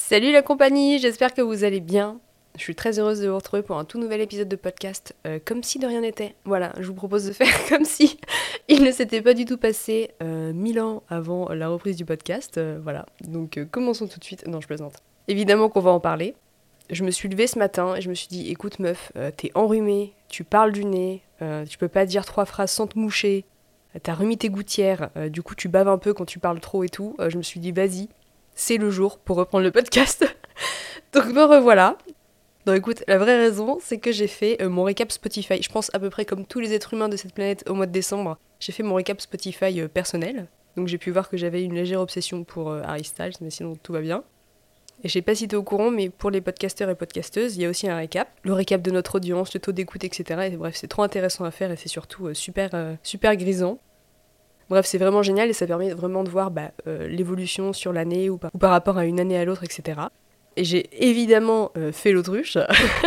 Salut la compagnie, j'espère que vous allez bien. Je suis très heureuse de vous retrouver pour un tout nouvel épisode de podcast, comme si de rien n'était. Voilà, je vous propose de faire comme si il ne s'était pas du tout passé 1000 ans avant la reprise du podcast. Voilà, donc commençons tout de suite. Non, je plaisante. Évidemment qu'on va en parler. Je me suis levée ce matin et je me suis dit, écoute meuf, t'es enrhumée, tu parles du nez, tu peux pas dire 3 phrases sans te moucher, t'as remis tes gouttières, du coup tu baves un peu quand tu parles trop et tout. Je me suis dit, vas-y, c'est le jour pour reprendre le podcast. Donc me revoilà. Donc écoute, la vraie raison, c'est que j'ai fait mon récap Spotify. Je pense à peu près comme tous les êtres humains de cette planète au mois de décembre. J'ai fait mon récap Spotify personnel. Donc j'ai pu voir que j'avais une légère obsession pour Harry Styles, mais sinon tout va bien. Et je sais pas si t'es au courant, mais pour les podcasteurs et podcasteuses, il y a aussi un récap. Le récap de notre audience, le taux d'écoute, etc. Et bref, c'est trop intéressant à faire et c'est surtout super grisant. Bref, c'est vraiment génial et ça permet vraiment de voir l'évolution sur l'année ou par rapport à une année à l'autre, etc. Et j'ai évidemment fait l'autruche.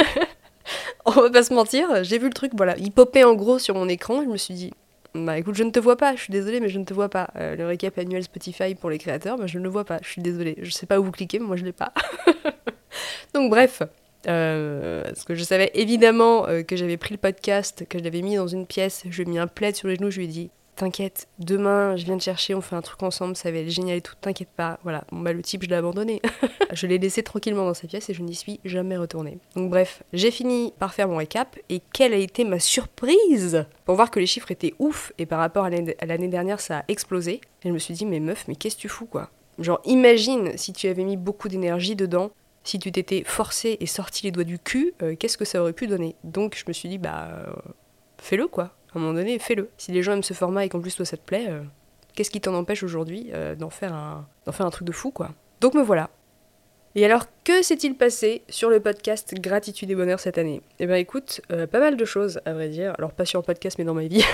On va pas se mentir, j'ai vu le truc, voilà, il popait en gros sur mon écran, je me suis dit, bah écoute, je ne te vois pas, je suis désolée, mais je ne te vois pas. Le récap annuel Spotify pour les créateurs, bah, je ne le vois pas, je suis désolée. Je sais pas où vous cliquez, mais moi je l'ai pas. Donc bref, parce que je savais évidemment que j'avais pris le podcast, que je l'avais mis dans une pièce, je lui ai mis un plaid sur les genoux, je lui ai dit, t'inquiète, demain je viens te chercher, on fait un truc ensemble, ça va être génial et tout, t'inquiète pas. Voilà, bon bah le type je l'ai abandonné. Je l'ai laissé tranquillement dans sa pièce et je n'y suis jamais retournée. Donc bref, j'ai fini par faire mon récap et quelle a été ma surprise pour voir que les chiffres étaient ouf et par rapport à l'année dernière ça a explosé. Et je me suis dit mais meuf, mais qu'est-ce que tu fous quoi? Genre imagine si tu avais mis beaucoup d'énergie dedans, si tu t'étais forcé et sorti les doigts du cul, qu'est-ce que ça aurait pu donner? Donc je me suis dit fais-le quoi. À un moment donné, fais-le. Si les gens aiment ce format et qu'en plus toi ça te plaît, qu'est-ce qui t'en empêche aujourd'hui d'en faire un truc de fou quoi. Donc me voilà. Et alors, que s'est-il passé sur le podcast Gratitude et Bonheur cette année? Eh ben écoute, pas mal de choses à vrai dire. Alors pas sur le podcast mais dans ma vie.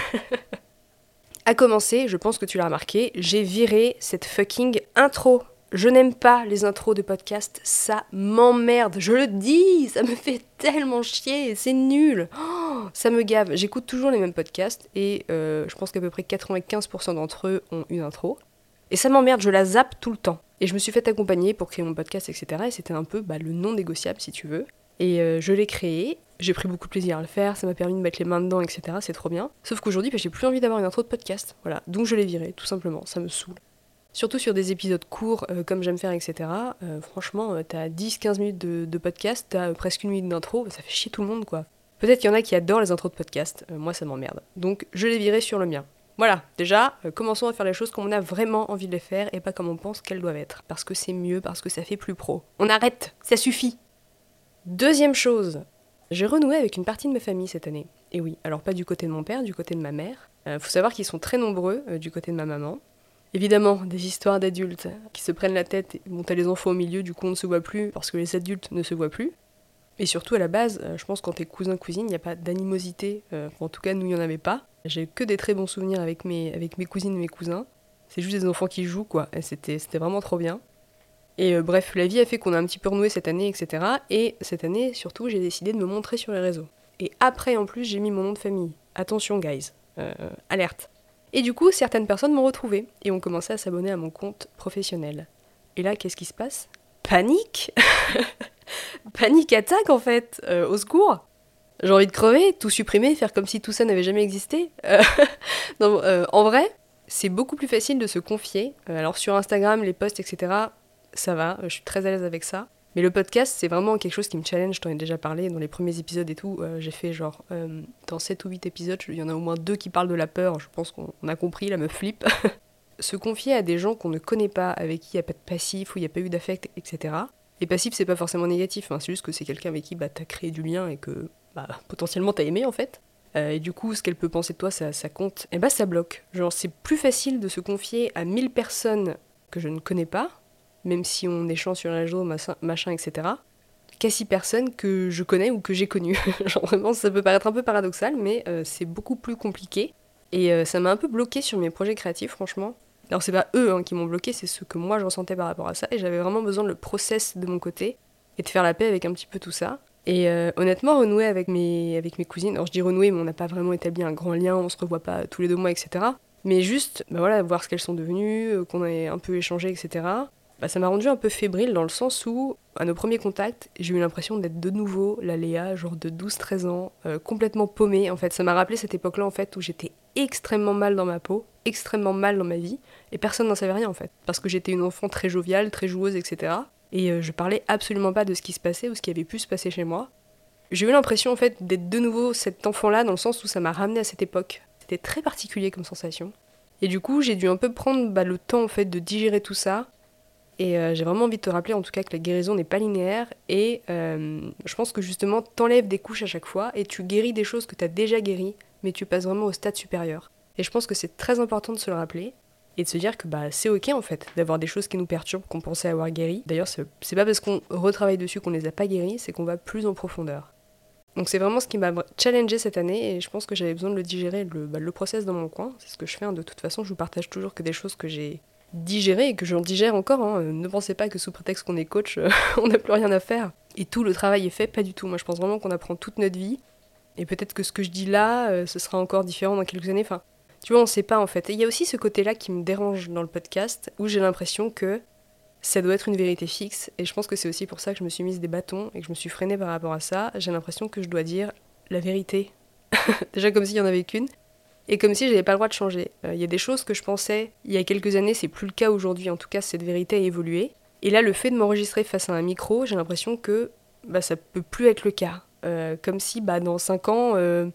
À commencer, je pense que tu l'as remarqué, j'ai viré cette fucking intro. Je n'aime pas les intros de podcast, ça m'emmerde, je le dis, ça me fait tellement chier, c'est nul, ça me gave. J'écoute toujours les mêmes podcasts et je pense qu'à peu près 95% d'entre eux ont une intro. Et ça m'emmerde, je la zappe tout le temps. Et je me suis fait accompagner pour créer mon podcast, etc. Et c'était un peu le non négociable, si tu veux. Et je l'ai créé, j'ai pris beaucoup de plaisir à le faire, ça m'a permis de mettre les mains dedans, etc. C'est trop bien. Sauf qu'aujourd'hui, j'ai plus envie d'avoir une intro de podcast. Voilà, donc je l'ai viré, tout simplement, ça me saoule. Surtout sur des épisodes courts, comme j'aime faire, etc. Franchement, t'as 10-15 minutes de podcast, t'as presque une minute d'intro, ça fait chier tout le monde, quoi. Peut-être qu'il y en a qui adorent les intros de podcast, moi ça m'emmerde. Donc je l'ai viré sur le mien. Voilà, déjà, commençons à faire les choses comme on a vraiment envie de les faire et pas comme on pense qu'elles doivent être. Parce que c'est mieux, parce que ça fait plus pro. On arrête, ça suffit. Deuxième chose, j'ai renoué avec une partie de ma famille cette année. Et oui, alors pas du côté de mon père, du côté de ma mère. Faut savoir qu'ils sont très nombreux du côté de ma maman. Évidemment, des histoires d'adultes qui se prennent la tête, bon t'as les enfants au milieu, du coup on ne se voit plus parce que les adultes ne se voient plus. Et surtout à la base, je pense quand t'es cousin-cousine, il n'y a pas d'animosité, en tout cas nous il n'y en avait pas. J'ai que des très bons souvenirs avec mes cousines et mes cousins. C'est juste des enfants qui jouent quoi, et c'était vraiment trop bien. Et bref, la vie a fait qu'on a un petit peu renoué cette année, etc. Et cette année, surtout, j'ai décidé de me montrer sur les réseaux. Et après, en plus, j'ai mis mon nom de famille. Attention, guys. Alerte. Et du coup, certaines personnes m'ont retrouvé et ont commencé à s'abonner à mon compte professionnel. Et là, qu'est-ce qui se passe? Panique. Panique attaque, en fait. Au secours. J'ai envie de crever, tout supprimer, faire comme si tout ça n'avait jamais existé. Non, en vrai, c'est beaucoup plus facile de se confier. Alors sur Instagram, les posts, etc., ça va, je suis très à l'aise avec ça. Mais le podcast, c'est vraiment quelque chose qui me challenge, je t'en ai déjà parlé dans les premiers épisodes et tout. J'ai fait dans 7 ou 8 épisodes, il y en a au moins 2 qui parlent de la peur, je pense qu'on a compris, la meuf flippe. Se confier à des gens qu'on ne connaît pas, avec qui il n'y a pas de passif, où il n'y a pas eu d'affect, etc. Et passif, c'est pas forcément négatif, c'est juste que c'est quelqu'un avec qui t'as créé du lien et que potentiellement t'as aimé en fait. Et du coup, ce qu'elle peut penser de toi, ça compte. Et ça bloque. Genre, c'est plus facile de se confier à 1000 personnes que je ne connais pas, même si on échange sur les réseaux, machin, etc., qu'à 6 personnes que je connais ou que j'ai connues. Genre, vraiment, ça peut paraître un peu paradoxal, mais c'est beaucoup plus compliqué. Et ça m'a un peu bloqué sur mes projets créatifs, franchement. Alors, c'est pas eux qui m'ont bloqué, c'est ce que moi je ressentais par rapport à ça. Et j'avais vraiment besoin de le process de mon côté et de faire la paix avec un petit peu tout ça. Et honnêtement, renouer avec mes cousines, alors je dis renouer, mais on n'a pas vraiment établi un grand lien, on se revoit pas tous les 2 mois, etc. Mais juste, voilà, voir ce qu'elles sont devenues, qu'on ait un peu échangé, etc. ça m'a rendu un peu fébrile dans le sens où, à nos premiers contacts, j'ai eu l'impression d'être de nouveau la Léa, genre de 12-13 ans, complètement paumée. En fait, ça m'a rappelé cette époque-là, en fait, où j'étais extrêmement mal dans ma peau, extrêmement mal dans ma vie, et personne n'en savait rien, en fait. Parce que j'étais une enfant très joviale, très joueuse, etc. Et je parlais absolument pas de ce qui se passait ou ce qui avait pu se passer chez moi. J'ai eu l'impression, en fait, d'être de nouveau cet enfant-là, dans le sens où ça m'a ramené à cette époque. C'était très particulier comme sensation. Et du coup, j'ai dû un peu prendre le temps, en fait, de digérer tout ça. Et j'ai vraiment envie de te rappeler en tout cas que la guérison n'est pas linéaire et je pense que justement t'enlèves des couches à chaque fois et tu guéris des choses que t'as déjà guéries mais tu passes vraiment au stade supérieur. Et je pense que c'est très important de se le rappeler et de se dire que c'est ok en fait d'avoir des choses qui nous perturbent qu'on pensait avoir guéries. D'ailleurs c'est pas parce qu'on retravaille dessus qu'on les a pas guéries, c'est qu'on va plus en profondeur. Donc c'est vraiment ce qui m'a challengé cette année et je pense que j'avais besoin de le digérer, le process dans mon coin. C'est ce que je fais, de toute façon je vous partage toujours que des choses que j'ai digérer et que j'en digère encore. Ne pensez pas que sous prétexte qu'on est coach, on n'a plus rien à faire. Et tout le travail est fait, pas du tout. Moi je pense vraiment qu'on apprend toute notre vie. Et peut-être que ce que je dis là, ce sera encore différent dans quelques années. Enfin, tu vois, on sait pas en fait. Et il y a aussi ce côté-là qui me dérange dans le podcast, où j'ai l'impression que ça doit être une vérité fixe. Et je pense que c'est aussi pour ça que je me suis mise des bâtons et que je me suis freinée par rapport à ça. J'ai l'impression que je dois dire la vérité. Déjà comme s'il y en avait qu'une. Et comme si j'avais pas le droit de changer. Il y a des choses que je pensais il y a quelques années, c'est plus le cas aujourd'hui. En tout cas, cette vérité a évolué. Et là, le fait de m'enregistrer face à un micro, j'ai l'impression que ça peut plus être le cas. Comme si dans 5 ans,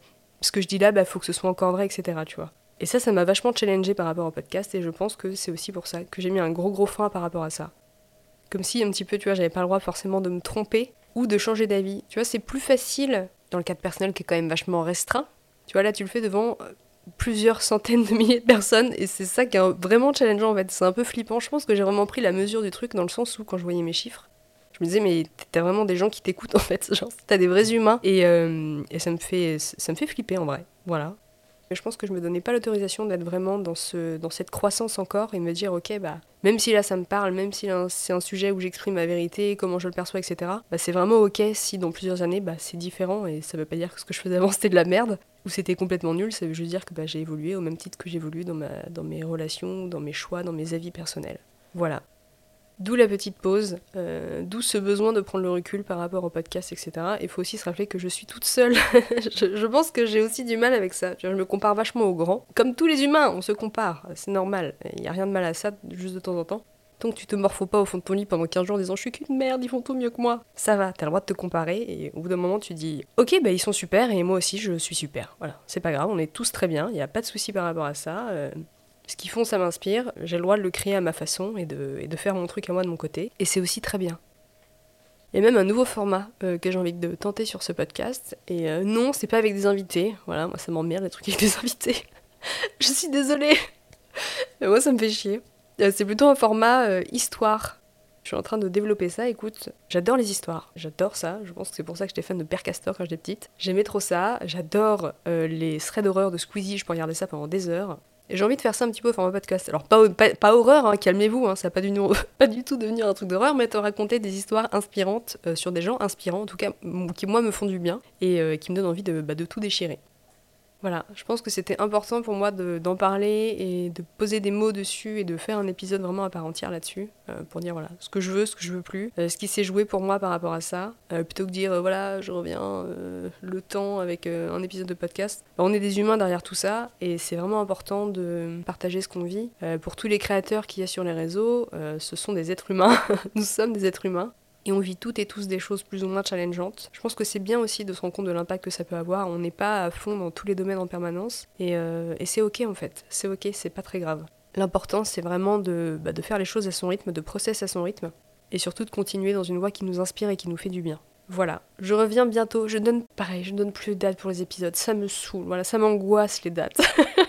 ce que je dis là, faut que ce soit encore vrai, etc. Tu vois. Et ça m'a vachement challengé par rapport au podcast. Et je pense que c'est aussi pour ça que j'ai mis un gros frein par rapport à ça. Comme si un petit peu, tu vois, j'avais pas le droit forcément de me tromper ou de changer d'avis. Tu vois, c'est plus facile dans le cadre personnel qui est quand même vachement restreint. Tu vois, là, tu le fais devant plusieurs centaines de milliers de personnes et c'est ça qui est vraiment challengeant en fait, c'est un peu flippant. Je pense que j'ai vraiment pris la mesure du truc dans le sens où quand je voyais mes chiffres, je me disais mais t'as vraiment des gens qui t'écoutent en fait, genre t'as des vrais humains et ça me fait flipper en vrai, voilà. Mais je pense que je me donnais pas l'autorisation d'être vraiment dans cette croissance encore et me dire ok même si là ça me parle, même si là, c'est un sujet où j'exprime ma vérité, comment je le perçois, etc. C'est vraiment ok si dans plusieurs années c'est différent et ça veut pas dire que ce que je faisais avant c'était de la merde ou c'était complètement nul, ça veut juste dire que j'ai évolué au même titre que j'évolue dans mes relations, dans mes choix, dans mes avis personnels. Voilà. D'où la petite pause, d'où ce besoin de prendre le recul par rapport au podcast, etc. Il faut aussi se rappeler que je suis toute seule. je pense que j'ai aussi du mal avec ça. Je me compare vachement aux grands. Comme tous les humains, on se compare, c'est normal. Il n'y a rien de mal à ça, juste de temps en temps. Tant que tu te morfos pas au fond de ton lit pendant 15 jours en disant « je suis qu'une merde, ils font tout mieux que moi », ça va, t'as le droit de te comparer et au bout d'un moment tu dis « ok, ils sont super et moi aussi je suis super ». Voilà, c'est pas grave, on est tous très bien, il n'y a pas de souci par rapport à ça. Ce qu'ils font, ça m'inspire, j'ai le droit de le créer à ma façon et de faire mon truc à moi de mon côté. Et c'est aussi très bien. Il y a même un nouveau format que j'ai envie de tenter sur ce podcast. Et non, c'est pas avec des invités. Voilà, moi ça m'emmerde les trucs avec des invités. Je suis désolée. Mais moi ça me fait chier. C'est plutôt un format histoire. Je suis en train de développer ça, écoute, j'adore les histoires, j'adore ça, je pense que c'est pour ça que j'étais fan de Père Castor quand j'étais petite. J'aimais trop ça, j'adore les threads d'horreur de Squeezie, je peux regarder ça pendant des heures. Et j'ai envie de faire ça un petit peu au format podcast. Alors pas horreur, calmez-vous, ça va pas du tout devenir un truc d'horreur, mais te raconter des histoires inspirantes sur des gens inspirants, en tout cas qui moi me font du bien et qui me donnent envie de tout déchirer. Voilà, je pense que c'était important pour moi d'en parler et de poser des mots dessus et de faire un épisode vraiment à part entière là-dessus pour dire voilà ce que je veux plus, ce qui s'est joué pour moi par rapport à ça, plutôt que dire voilà je reviens le temps avec un épisode de podcast. On est des humains derrière tout ça et c'est vraiment important de partager ce qu'on vit. Pour tous les créateurs qu'il y a sur les réseaux, ce sont des êtres humains, nous sommes des êtres humains. Et on vit toutes et tous des choses plus ou moins challengeantes. Je pense que c'est bien aussi de se rendre compte de l'impact que ça peut avoir. On n'est pas à fond dans tous les domaines en permanence. Et c'est ok en fait. C'est ok, c'est pas très grave. L'important c'est vraiment de faire les choses à son rythme, de process à son rythme. Et surtout de continuer dans une voie qui nous inspire et qui nous fait du bien. Voilà, je reviens bientôt. Je donne plus de dates pour les épisodes. Ça me saoule, voilà, ça m'angoisse les dates.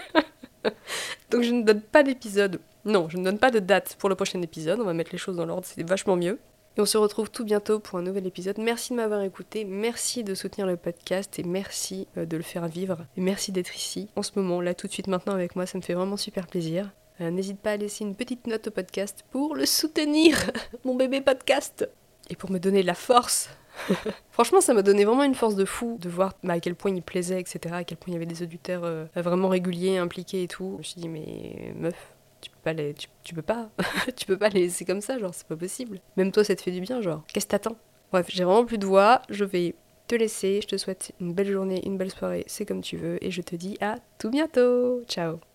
Donc je ne donne pas d'épisode. Non, je ne donne pas de date pour le prochain épisode. On va mettre les choses dans l'ordre, c'est vachement mieux. Et on se retrouve tout bientôt pour un nouvel épisode. Merci de m'avoir écouté, merci de soutenir le podcast et merci de le faire vivre. Et merci d'être ici, en ce moment, là, tout de suite, maintenant avec moi, ça me fait vraiment super plaisir. N'hésite pas à laisser une petite note au podcast pour le soutenir, mon bébé podcast. Et pour me donner de la force. Franchement, ça m'a donné vraiment une force de fou de voir à quel point il plaisait, etc. À quel point il y avait des auditeurs vraiment réguliers, impliqués et tout. Je me suis dit, mais meuf, Tu peux pas les... Tu peux pas. Tu peux pas les laisser comme ça, genre, c'est pas possible. Même toi, ça te fait du bien, genre. Qu'est-ce que t'attends? Bref, j'ai vraiment plus de voix, je vais te laisser. Je te souhaite une belle journée, une belle soirée, c'est comme tu veux. Et je te dis à tout bientôt. Ciao.